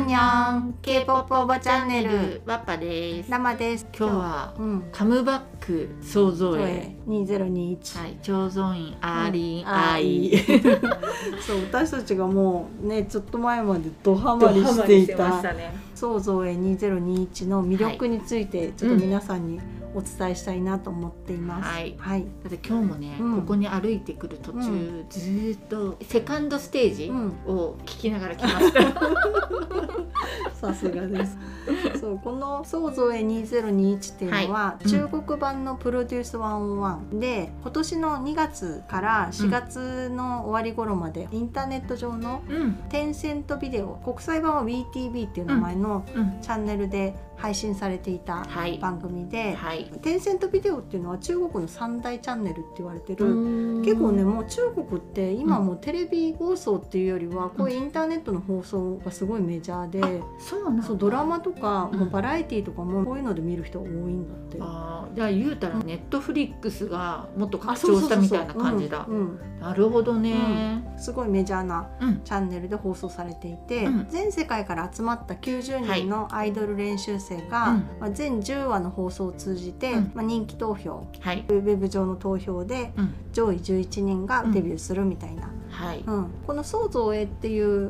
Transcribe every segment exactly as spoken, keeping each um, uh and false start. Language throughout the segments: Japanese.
ンニョン K-ポップ おばチャンネルワッパです。 ラマです。 今日は、 うん、 カムバック創造営にせんにじゅういち、 はい、彫像院アーリン、 うん、 アイそう、私たちがもうねちょっと前までドハマりしていた創造営にせんにじゅういちの魅力についてちょっと皆さんにお伝えしたいなと思っています。 はい、 はい、 だって今日もね、うん、ここに歩いてくる途中、うん、ずっとセカンドステージを聞きながら来ました、うん、 さすがです。そう、この創造営にせんにじゅういちっていうのは、はい、中国版のプロデュースひゃくいちで、今年のにがつからしがつの終わり頃まで、インターネット上のテンセントビデオ、国際版は ウィーティービー っていう名前のチャンネルで配信されていた番組で、はいはい、テンセントビデオっていうのは中国の三大チャンネルって言われてる。結構ね、もう中国って今もうテレビ放送っていうよりは、こういうインターネットの放送がすごいメジャーで、うん、そうなんだ。そう、ドラマとか、うん、もうバラエティとかもこういうので見る人多いんだって。あ、 じゃあ言うたらネットフリックスがもっと拡張したみたいな感じだ。なるほどね、 うん、すごいメジャーなチャンネルで放送されていて、うん、全世界から集まったきゅうじゅうにんのアイドル練習生が、うん、まあ、全じゅうわの放送を通じて、うん、まあ、人気投票、はい、ウェブ上の投票で、うん、上位じゅういちにんがデビューするみたいな、うん、はい、うん、この創造営っていう、うん、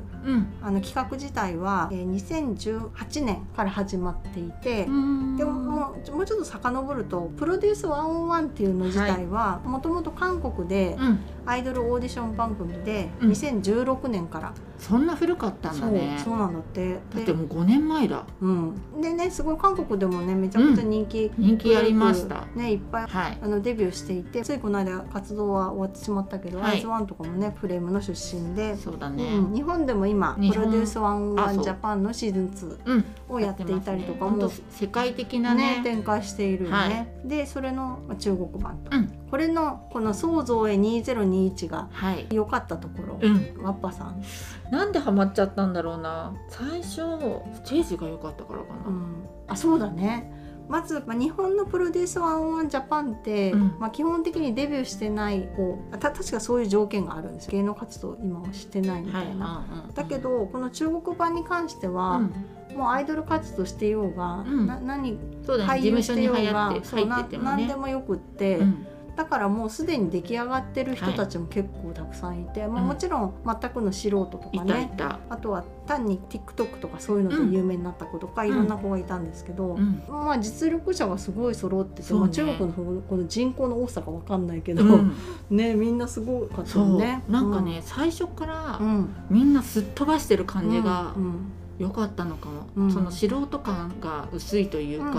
あの企画自体は、えー、にせんじゅうはちねんから始まっていて、でももう、もうちょっと遡るとプロデュースひゃくいちっていうの自体はもともと韓国でアイドルオーディション番組で、うん、にせんじゅうろくねんから、 そんな古かったんだね。 そう、そうなんだって。 だってもうごねんまえだ。 うん、でね、すごい韓国でもねめちゃくちゃ人気、 うん、人気ありました、 ね、いっぱい、はい、あのデビューしていて、ついこの間活動は終わってしまったけど、はい、アイズワンとかもねフレームの出身で、そうだね、うん、日本でも今プロデュースひゃくいちジャパンのシーズンツーをやっていたりとかも、ね、 世界的な ね, ね展開しているよね、はい、でそれの中国版と、うん、これのこの創造営にせんにじゅういちが良かったところ、うん、ワッパさんなんでハマっちゃったんだろうな。最初ステージが良かったからかな、 うん、あ、そうだね。まず、まあ、日本のプロデュースひゃくいちジャパンって、うん、まあ、基本的にデビューしてない子、た確かそういう条件があるんです。芸能活動今はしてないみたいな、はい、だけどこの中国版に関しては、うん、もうアイドル活動していようが、うん、な何そうだね、俳優していようが、そうな何でもよくって、うん、だからもうすでに出来上がってる人たちも結構たくさんいて、はい、まあ、もちろん全くの素人とかね、うん、あとは単に TikTok とかそういうので有名になった子とか、うん、いろんな子がいたんですけど、うん、まあ、実力者がすごい揃ってて、ね、まあ、中国のこの人口の多さが分かんないけど、うん、ね、みんなすごかったよね。 なんかね、うん、最初からみんなすっ飛ばしてる感じが、うんうん、良かったのかも、うん、その素人感が薄いというか、うんうんうん、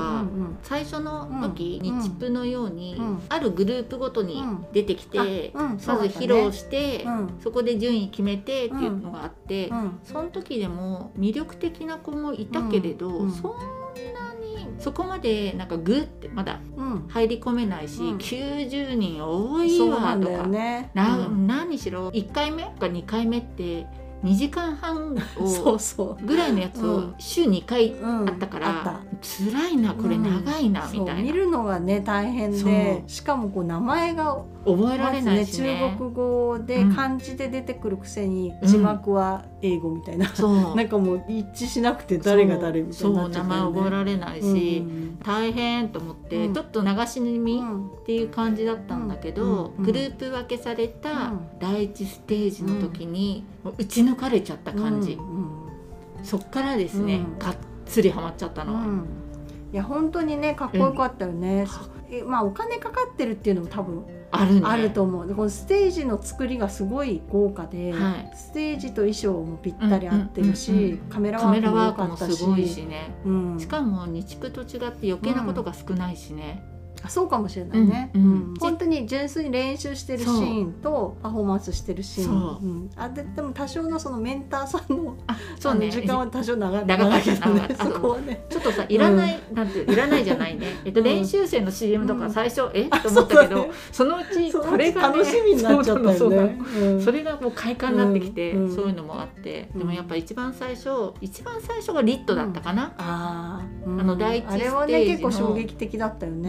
最初の時にチップのように、うん、あるグループごとに出てきて、うんうん、まず披露して、うん、そこで順位決めてっていうのがあって、うん、その時でも魅力的な子もいたけれど、うん、そんなにそこまでなんかグッてまだ入り込めないし、うん、きゅうじゅうにん多いわとか、ね、な、うん、何しろいっかいめかにかいめってにじかんはんをぐらいのやつを週にかいあったから、辛いな、これ長いな、みたいな、 そう、見るのがね大変で、しかもこう名前が覚えられないしね、 中国語で漢字で出てくるくせに字幕は英語みたいな、うん、なんかもう一致しなくて誰が誰みたいになっちゃったよね。 そう、名前覚えられないし、うん、大変と思って、うん、ちょっと流し耳っていう感じだったんだけど、うん、グループ分けされた第一ステージの時に、うん、打ち抜かれちゃった感じ、うんうん、そっからですね、うん、がっつりハマっちゃったのは、うん、 いや本当にねかっこよかったよね、うん、えまあお金かかってるっていうのも多分あるね、 あると思う。このステージの作りがすごい豪華で、はい、ステージと衣装もぴったり合ってるし、うんうんうんうん、カメラワークも良かったし、 すごいしね、うん、しかも日プと違って余計なことが少ないしね、 うん、あ、そうかもしれないね、うんうん、本当に純粋に練習してるシーンとパフォーマンスしてるシーン、うん、あ で, でも多少のそのメンターさん の, あそう、ね、あの時間は多少長い長かったね、そこはねちょっとさいらない、うん、なんていらないじゃないね、えっと、練習生の シーエム とか最初、うん、えと思ったけど そ,、ね、そのうちこれが、ね、 楽しみになっちゃったよね、 うん、それがもう快感になってきて、うん、そういうのもあって、うん、でもやっぱ一番最初一番最初がリットだったかな、うん、あ, あの第一ステージのあれはね結構衝撃的だったよね、 リット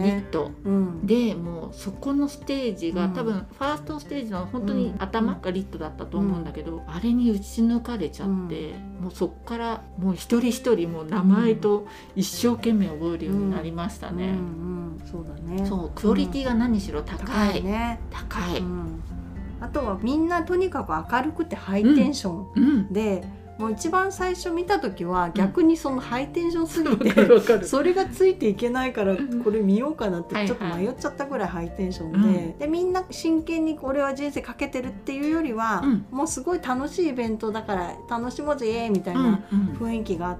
そう、うん、でもうそこのステージが、うん、多分ファーストステージの本当に頭がリットだったと思うんだけど、うん、あれに打ち抜かれちゃって、うん、もうそっからもう一人一人もう名前と一生懸命覚えるようになりましたね、うんうんうん、そうだね、そうクオリティが何しろ高い、うん、高いね、高い、うん、 あとはみんなとにかく明るくてハイテンションで、うん、もう一番最初見た時は逆にそのハイテンションすぎて、うん、それがついていけないからこれ見ようかなってちょっと迷っちゃったぐらいハイテンションで、はいはい、でみんな真剣にこれは人生かけてるっていうよりは、うん、もうすごい楽しいイベントだから楽しもうぜイエーイみたいな雰囲気があって、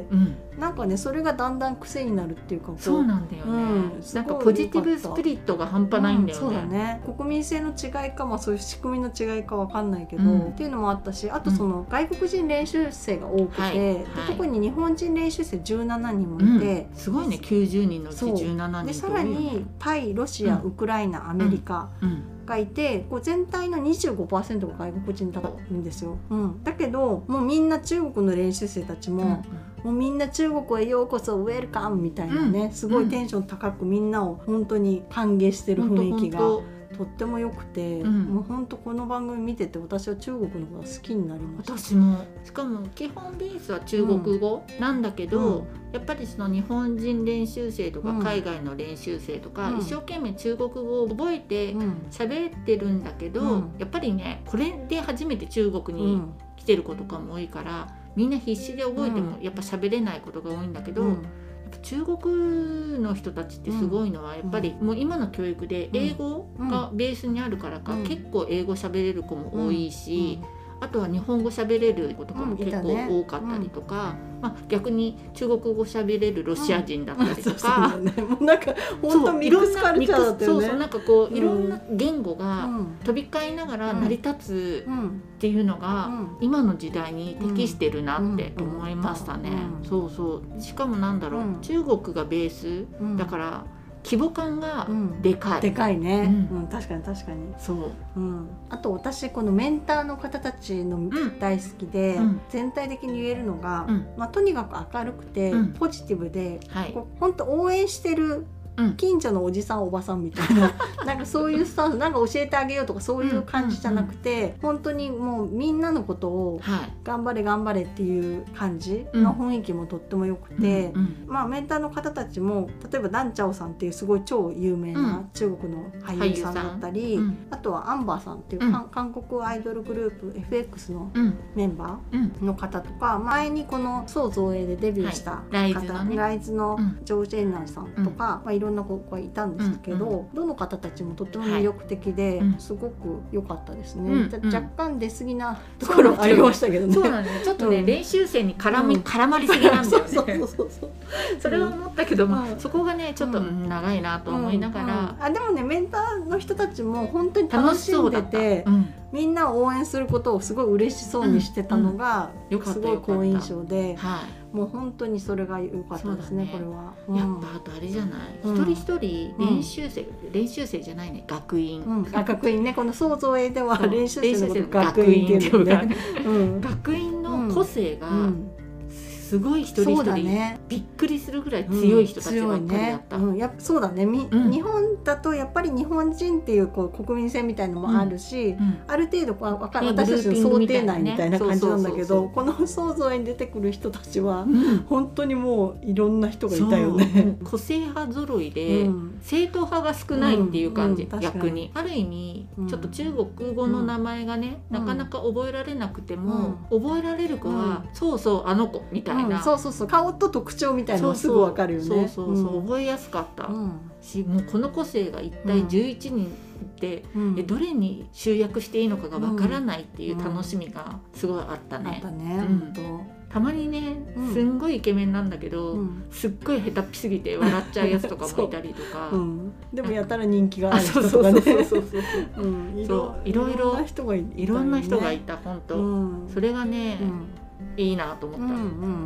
うんうんなんかねそれがだんだん癖になるっていうかそうなんだよね、うん、なんかポジティブスピリットが半端ないんだよね、うん、そうだね国民性の違いか、まあ、そういう仕組みの違いかわかんないけど、うん、っていうのもあったしあとその外国人練習生が多くて、うんで特に日本人練習生じゅうななにんもいて、 うん、すごいねきゅうじゅうにんのうちじゅうななにんでさらにタイ、ロシア、うん、ウクライナ、アメリカ、うんうんがいてこう全体の にじゅうごパーセント が外国人だったんですよ、うん、だけどもうみんな中国の練習生たちも、うんうん、もうみんな中国へようこそウェルカムみたいなね、うん、すごいテンション高くみんなを本当に歓迎してる雰囲気がとっても良くて、うん、もう本当この番組見てて私は中国の方が好きになりました。 私もしかも基本ベースは中国語なんだけど、うん、やっぱりその日本人練習生とか海外の練習生とか、うん、一生懸命中国語を覚えて喋ってるんだけど、うん、やっぱりねこれで初めて中国に来てる子とかも多いからみんな必死で覚えてもやっぱ喋れないことが多いんだけど、うん中国の人たちってすごいのはやっぱりもう今の教育で英語がベースにあるからか結構英語喋れる子も多いしあとは日本語喋れる子とかも結構多かったりとか、うんまあ、逆に中国語喋れるロシア人だったりとか、 うん、そうそうね、もうなんか本当ミックスカルチャーだったよね。 そうそうなんかこういろんな言語が飛び交いながら成り立つっていうのが今の時代に適してるなって思いましたね。そうそうしかもなんだろう、うん、中国がベースだから、規模感がでかい、うん、 でかいね、うんうん、確かに確かにそう、うん、あと私このメンターの方たちの大好きで、うん、全体的に言えるのが、うんまあ、とにかく明るくて、うん、ポジティブで、はい、こう本当応援してる近所のおじさんおばさんみたいななんかそういうスタンスなんか教えてあげようとかそういう感じじゃなくて、うんうんうん、本当にもうみんなのことを頑張れ頑張れっていう感じの雰囲気もとってもよくて、うんうんうん、まあメンターの方たちも例えばダンチャオさんっていうすごい超有名な中国の俳優さんだったり、うん、あとはアンバーさんっていう、うん、韓国アイドルグループ エフエックス のメンバーの方とか、前にこのソウ造営でデビューした方、はい、ライズのね、ライズのジョージ・エンナンさんとか、うんまあ、いろんな子がいたんですけど、うんうん、どの方たちもとても魅力的で、はい、すごく良かったですね、うん、若干出過ぎなところありましたけどね。 そうなんです、ちょっとね、うん、練習生に絡み、うん、絡まりすぎなんだよね。そうそうそうそうそれは思ったけど、まあ、そこがねちょっと長いなと思いながら、うんうんうん、 あでもねメンターの人たちも本当に楽しんでて、うん、みんなを応援することをすごい嬉しそうにしてたのが、うんうん、すごい好印象で、はいもう本当にそれが良かったです ね, ねこれは、 うん、やっぱあとあれじゃない、うん、一人一人練習生、うん、練習生じゃないね学院、 うん、あ学院ねこのソウ造営では練習生のこと学院っていうね、 うん、学院の個性が、うんすごい一人一人、ね、びっくりするぐらい強い人たちばっかりだった、 うんうん、やっぱそうだね、うん、日本だとやっぱり日本人っていうこう国民性みたいのもあるし、うん、ある程度わかる私たちの想定内みたいな感じなんだけどこのソウ造営に出てくる人たちは、うん、本当にもういろんな人がいたよね。 個性派揃いで、うん、正統派が少ないっていう感じ、うんうん、逆にある意味、うん、ちょっと中国語の名前がね、うん、なかなか覚えられなくても、うん、覚えられる子は、うん、そうそうあの子みたいな、うん、 そうそうそう顔と特徴みたいなのがすぐ分かるよね。 そうそうそう、うん、覚えやすかった、うん、しもうこの個性が一体じゅういちにんで、うん、どれに集約していいのかが分からないっていう楽しみがすごいあったね、 うんうん、あったね、 うん、たまにねすんごいイケメンなんだけど、うん、すっごい下手っぴすぎて笑っちゃうやつとかもいたりとかうん、でもやたら人気がある人とかねいろいろいろんな人がいた、ね、いろんな人がいた本当、うん、それがね、うんいいなと思った、うんうん、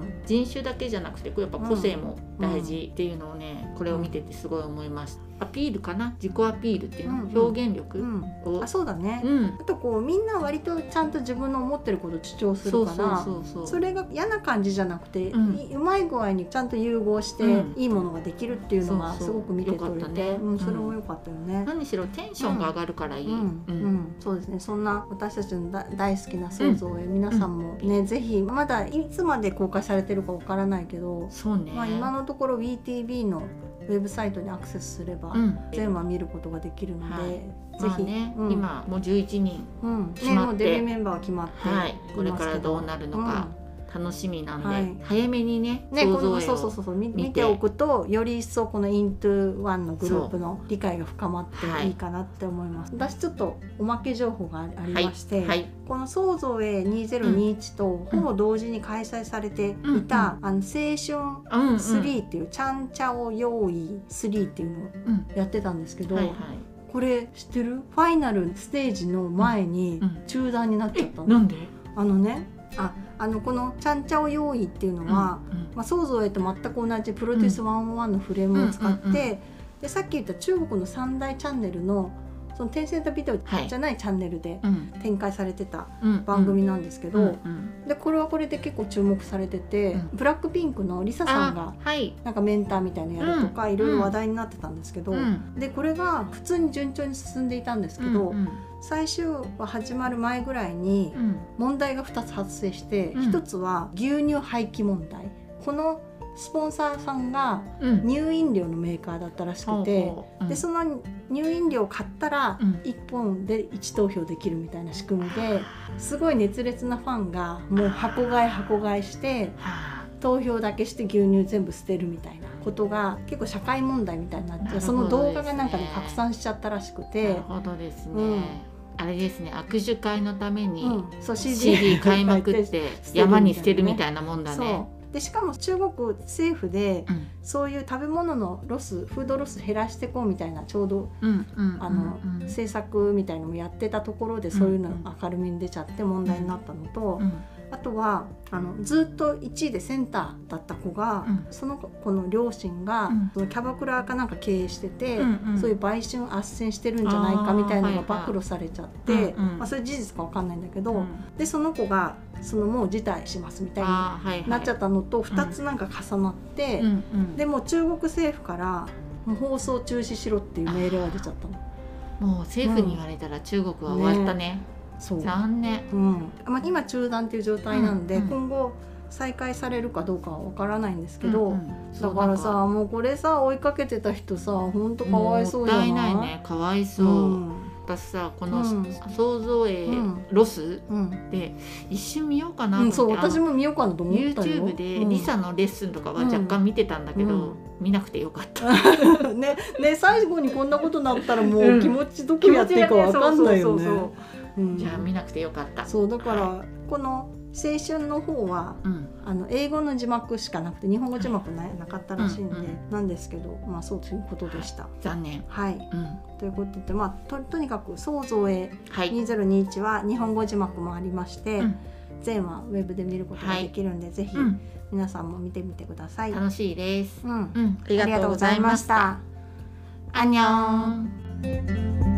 人種だけじゃなくてやっぱ個性も大事っていうのをね、うん、これを見ててすごい思いました。 アピールかな、自己アピールっていうの、うんうん、表現力を、 うん、あそうだね、 うん、 あとこうみんな割とちゃんと自分の思ってることを主張するから、そうそうそうそう、それが嫌な感じじゃなくて、うん、うまい具合にちゃんと融合して、うん、いいものができるっていうのがすごく見て取れて、そうそう、ね、うん、それも良かったよね、うん、 何しろテンションが上がるからいい、うんうんうん、そうですね。そんな私たちのだ大好きな想像へ、うん、皆さんもね、うん、ぜひまだいつまで公開されてるかわからないけど、 そうね、 まあ、今のところ ウィーティービー のウェブサイトにアクセスすれば、うん、全話見ることができるので、はい、ぜひ、 まあね、うん、今もうじゅういちにん決まって、ね、もうデビューメンバーは決まって、 はい、これからどうなるのか、うん、楽しみなんで、はい、早めにね、 ね、想像をそうそうそうそう見ておくとより一層この イントゥワン のグループの理解が深まっていいかなって思います、はい、私ちょっとおまけ情報がありまして、はいはい、この創造へにせんにじゅういちとほぼ同時に開催されていた、うん、あの青春スリーっていう、うんうん、チャンチャオ用意スリーっていうのをやってたんですけど、うんはいはい、これ知ってる？ファイナルステージの前に中断になっちゃったの、 うんうん、なんで？ あのねああのこのチャンチャオ用意っていうのは、うんうんまあ、創造へと全く同じプロデュースひゃくのフレームを使って、うんうんうんうん、でさっき言った中国の三大チャンネルのそのテンセントビデオじゃないチャンネルで展開されてた番組なんですけど、うんうん、でこれはこれで結構注目されてて、うん、ブラックピンクのリサさんがなんかメンターみたいなのやるとか、うん、いろいろ話題になってたんですけど、うん、でこれが普通に順調に進んでいたんですけど、うんうん、最終話始まる前ぐらいに問題がふたつ発生して、うん、ひとつは牛乳廃棄問題。このスポンサーさんが乳飲料のメーカーだったらしくて、うん、でその乳飲料を買ったらいっぽんでいち投票できるみたいな仕組みで、すごい熱烈なファンがもう箱買い箱買いして投票だけして牛乳全部捨てるみたいなことが結構社会問題みたいになって、その動画がなんかで拡散しちゃったらしくて。 なるほどですね、うんあれですね、握手会のために、うん、 そう シーディーシーディー 買いまくって山に捨てるみたいなもんだね。 でしかも中国政府で、うん、そういう食べ物のロスフードロス減らしていこうみたいなちょうど、うんうん、あの、うん、政策みたいのもやってたところでそういうの明るみに出ちゃって問題になったのと、うんうん、あとはあのずっといちいでセンターだった子が、うん、その子の両親が、うん、そのキャバクラかなんか経営してて、うんうん、そういう売春斡旋してるんじゃないかみたいなのが暴露されちゃって、はいはいまあ、それ事実か分かんないんだけど、うん、でその子がそのもう辞退しますみたいになっちゃったのとふたつなんか重なって、うんうん、でも中国政府からもう放送中止しろっていう命令が出ちゃったの。 もう政府に言われたら中国は終わったね、うん、そう残念、 うんまあ、今中断っていう状態なんで、うんうん、今後再開されるかどうかは分からないんですけど、うんうん、だからさもうこれさ追いかけてた人さほんとかわいそうじゃない？ もったいないね、かわいそう、うん私さこの創造へロス、うん、で一瞬見ようかなと思って、うん、そう私も見ようかなと思ったよ。 YouTube でリサのレッスンとかは若干見てたんだけど、うん、見なくてよかったね, ね最後にこんなことになったらもう気持ちどこやっていいか分かんないよね。 じゃあ見なくてよかった。 そうだから、はい、この青春の方は、うん、あの英語の字幕しかなくて日本語字幕 な,、はい、なかったらしいんで、うんうん、なんですけど、まあ、そういうことでした。 残念。 はい、うん、ということで、まあ、と, とにかく創造へにせんにじゅういちは日本語字幕もありまして、うん、全話ウェブで見ることができるんで、はい、ぜひ皆さんも見てみてください。 楽しいです、 うんうん、ありがとうございました。 アンニョン。